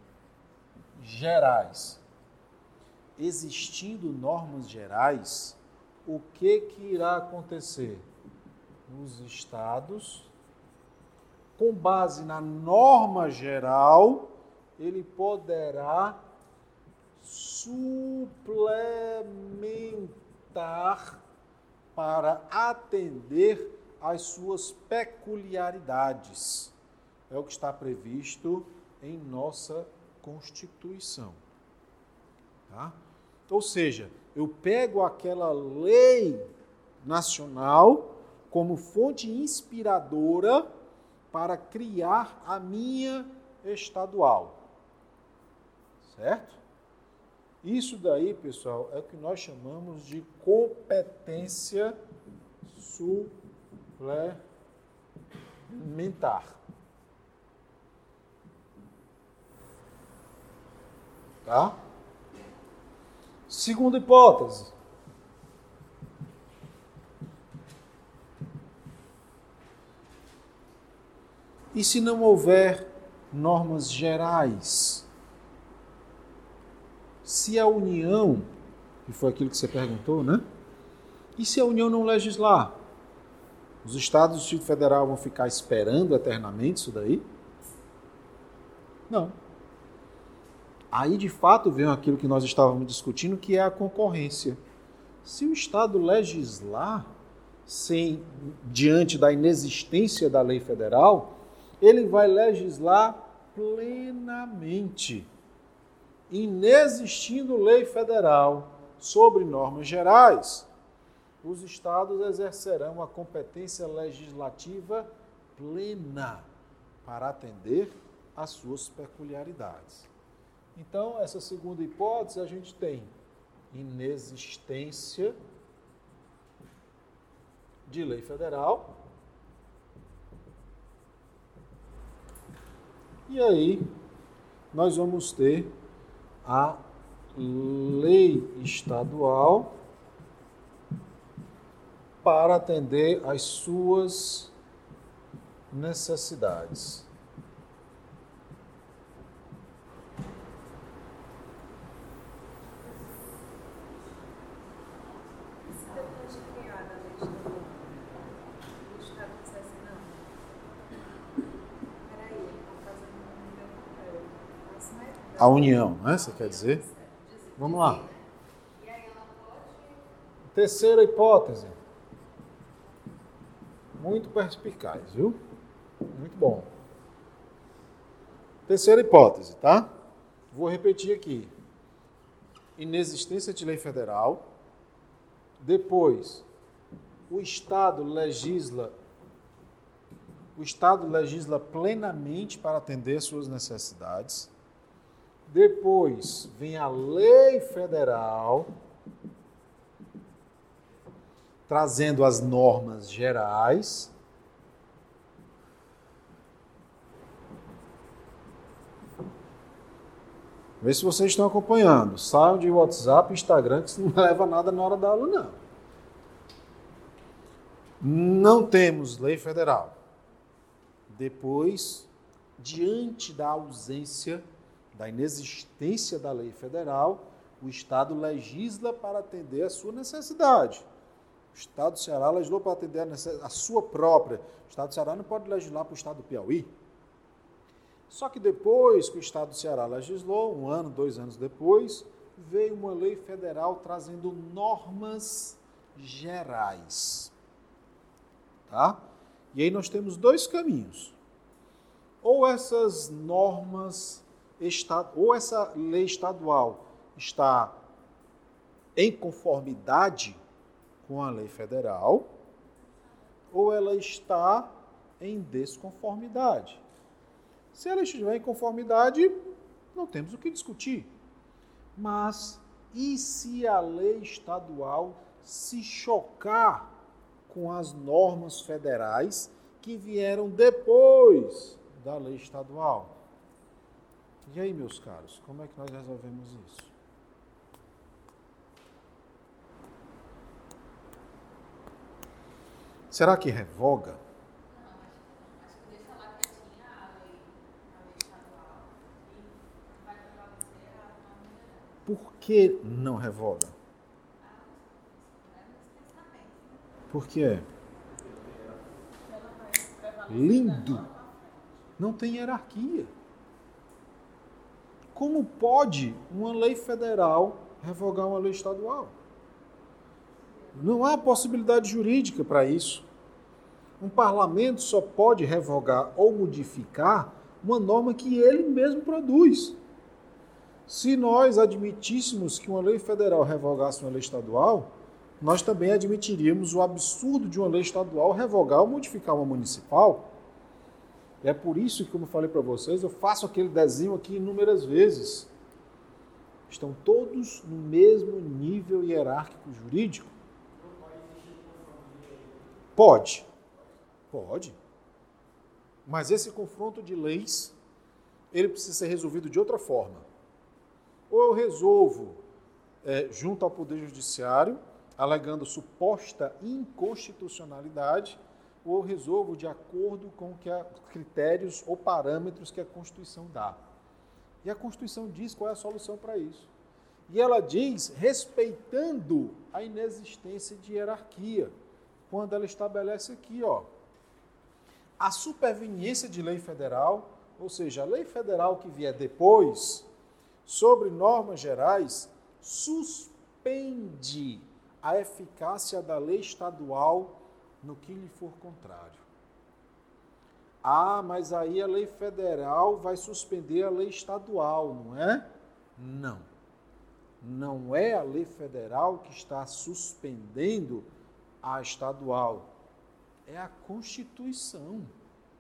gerais. Existindo normas gerais, o que irá acontecer? Os estados, com base na norma geral, ele poderá suplementar para atender às suas peculiaridades. É o que está previsto em nossa Constituição. Tá? Ou seja, eu pego aquela lei nacional como fonte inspiradora para criar a minha estadual. Certo? Isso daí, pessoal, é o que nós chamamos de competência suplementar. Tá? Segunda hipótese. E se não houver normas gerais? Se a União, que foi aquilo que você perguntou, né? E se a União não legislar? Os estados do Distrito Federal vão ficar esperando eternamente isso daí? Não. Aí, de fato, vem aquilo que nós estávamos discutindo, que é a concorrência. Se o Estado legislar diante da inexistência da lei federal, ele vai legislar plenamente. Inexistindo lei federal sobre normas gerais, os estados exercerão a competência legislativa plena para atender às suas peculiaridades. Então, essa segunda hipótese, a gente tem inexistência de lei federal. E aí, nós vamos ter a lei estadual para atender às suas necessidades. E se depois de criada a lei estadual, o Estado dissesse não? Peraí, ele está fazendo o meu papel. Mas não é A união, né? Você quer dizer? Vamos lá. E aí ela pode. Terceira hipótese. Muito perspicaz, viu? Muito bom. Terceira hipótese, tá? Vou repetir aqui. Inexistência de lei federal. Depois, o Estado legisla plenamente para atender suas necessidades. Depois vem a lei federal, trazendo as normas gerais. Vê se vocês estão acompanhando. Saiam de WhatsApp e Instagram, que isso não leva a nada na hora da aula, não. Não temos lei federal. Depois, diante da ausência, da inexistência da lei federal, o Estado legisla para atender a sua necessidade. O Estado do Ceará legislou para atender a sua própria. O Estado do Ceará não pode legislar para o Estado do Piauí. Só que depois que o Estado do Ceará legislou, 1 ano, 2 anos depois, veio uma lei federal trazendo normas gerais. Tá? E aí nós temos 2 caminhos. Ou essas normas, ou essa lei estadual está em conformidade com a lei federal, ou ela está em desconformidade. Se ela estiver em conformidade, não temos o que discutir. Mas e se a lei estadual se chocar com as normas federais que vieram depois da lei estadual? E aí, meus caros, como é que nós resolvemos isso? Será que revoga? Acho que deixa lá quietinha a lei estadual e vai prevalecer a norma geral. Por que não revoga? Por quê? Lindo! Não tem hierarquia. Como pode uma lei federal revogar uma lei estadual? Não há possibilidade jurídica para isso. Um parlamento só pode revogar ou modificar uma norma que ele mesmo produz. Se nós admitíssemos que uma lei federal revogasse uma lei estadual, nós também admitiríamos o absurdo de uma lei estadual revogar ou modificar uma municipal. É por isso que, como eu falei para vocês, eu faço aquele desenho aqui inúmeras vezes. Estão todos no mesmo nível hierárquico jurídico? Pode. Pode. Mas esse confronto de leis, ele precisa ser resolvido de outra forma. Ou eu resolvo junto ao Poder Judiciário, alegando suposta inconstitucionalidade, ou eu resolvo de acordo com critérios ou parâmetros que a Constituição dá. E a Constituição diz qual é a solução para isso. E ela diz respeitando a inexistência de hierarquia, quando ela estabelece aqui, a superveniência de lei federal, ou seja, a lei federal que vier depois, sobre normas gerais, suspende a eficácia da lei estadual no que lhe for contrário. Ah, mas aí a lei federal vai suspender a lei estadual, não é? Não. Não é a lei federal que está suspendendo a estadual. É a Constituição.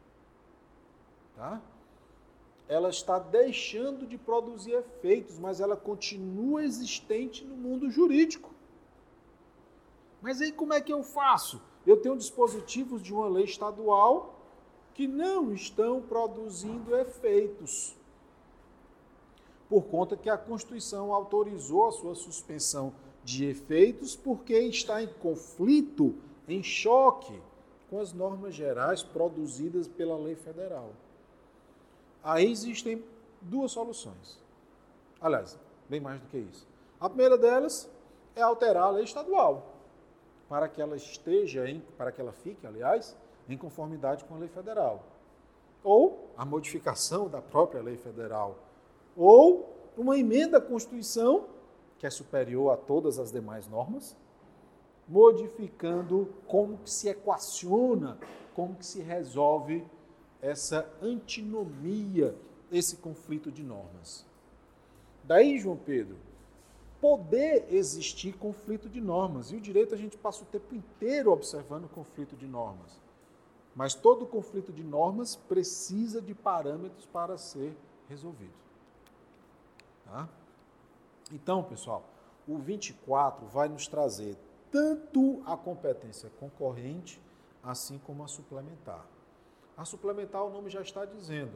Tá? Ela está deixando de produzir efeitos, mas ela continua existente no mundo jurídico. Mas aí como é que eu faço? Eu tenho dispositivos de uma lei estadual que não estão produzindo efeitos, por conta que a Constituição autorizou a sua suspensão de efeitos porque está em conflito, em choque com as normas gerais produzidas pela lei federal. Aí existem duas soluções. Aliás, bem mais do que isso. A primeira delas é alterar a lei estadual, para que ela fique, aliás, em conformidade com a lei federal. Ou a modificação da própria lei federal. Ou uma emenda à Constituição, que é superior a todas as demais normas, modificando como que se equaciona, como que se resolve essa antinomia, esse conflito de normas. Daí, João Pedro, poder existir conflito de normas. E o direito a gente passa o tempo inteiro observando o conflito de normas. Mas todo conflito de normas precisa de parâmetros para ser resolvido. Tá? Então, pessoal, o 24 vai nos trazer tanto a competência concorrente, assim como a suplementar. A suplementar, o nome já está dizendo,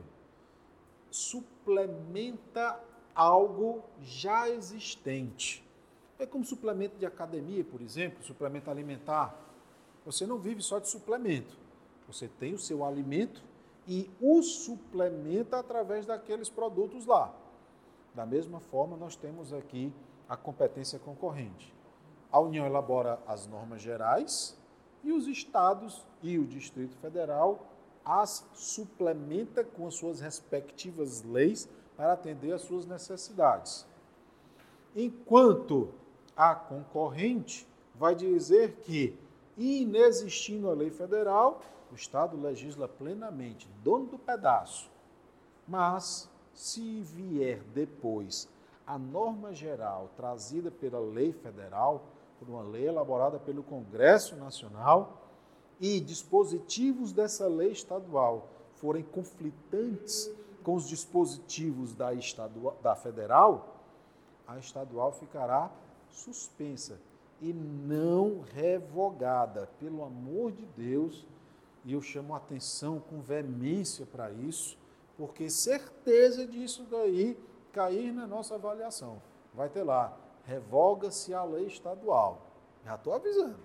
suplementa algo já existente. É como suplemento de academia, por exemplo, suplemento alimentar. Você não vive só de suplemento. Você tem o seu alimento e o suplementa através daqueles produtos lá. Da mesma forma, nós temos aqui a competência concorrente. A União elabora as normas gerais e os estados e o Distrito Federal as suplementa com as suas respectivas leis para atender às suas necessidades. Enquanto a concorrente vai dizer que, inexistindo a lei federal, o Estado legisla plenamente, dono do pedaço. Mas, se vier depois a norma geral trazida pela lei federal, por uma lei elaborada pelo Congresso Nacional, e dispositivos dessa lei estadual forem conflitantes com os dispositivos da federal, a estadual ficará suspensa e não revogada. Pelo amor de Deus, e eu chamo a atenção com veemência para isso, porque certeza disso daí cair na nossa avaliação. Vai ter lá, revoga-se a lei estadual. Já estou avisando.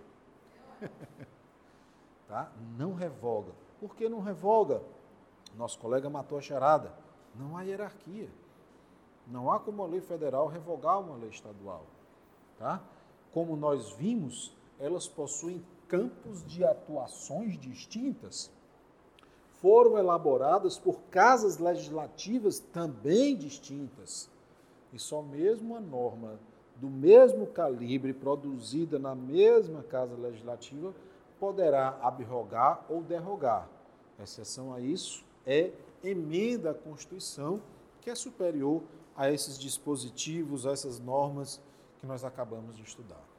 Tá? Não revoga. Por que não revoga? Nosso colega matou a charada. Não há hierarquia. Não há como a lei federal revogar uma lei estadual. Tá? Como nós vimos, elas possuem campos de atuações distintas. Foram elaboradas por casas legislativas também distintas. E só mesmo a norma do mesmo calibre, produzida na mesma casa legislativa, poderá abrogar ou derrogar. A exceção a isso é emenda à Constituição, que é superior a esses dispositivos, a essas normas que nós acabamos de estudar.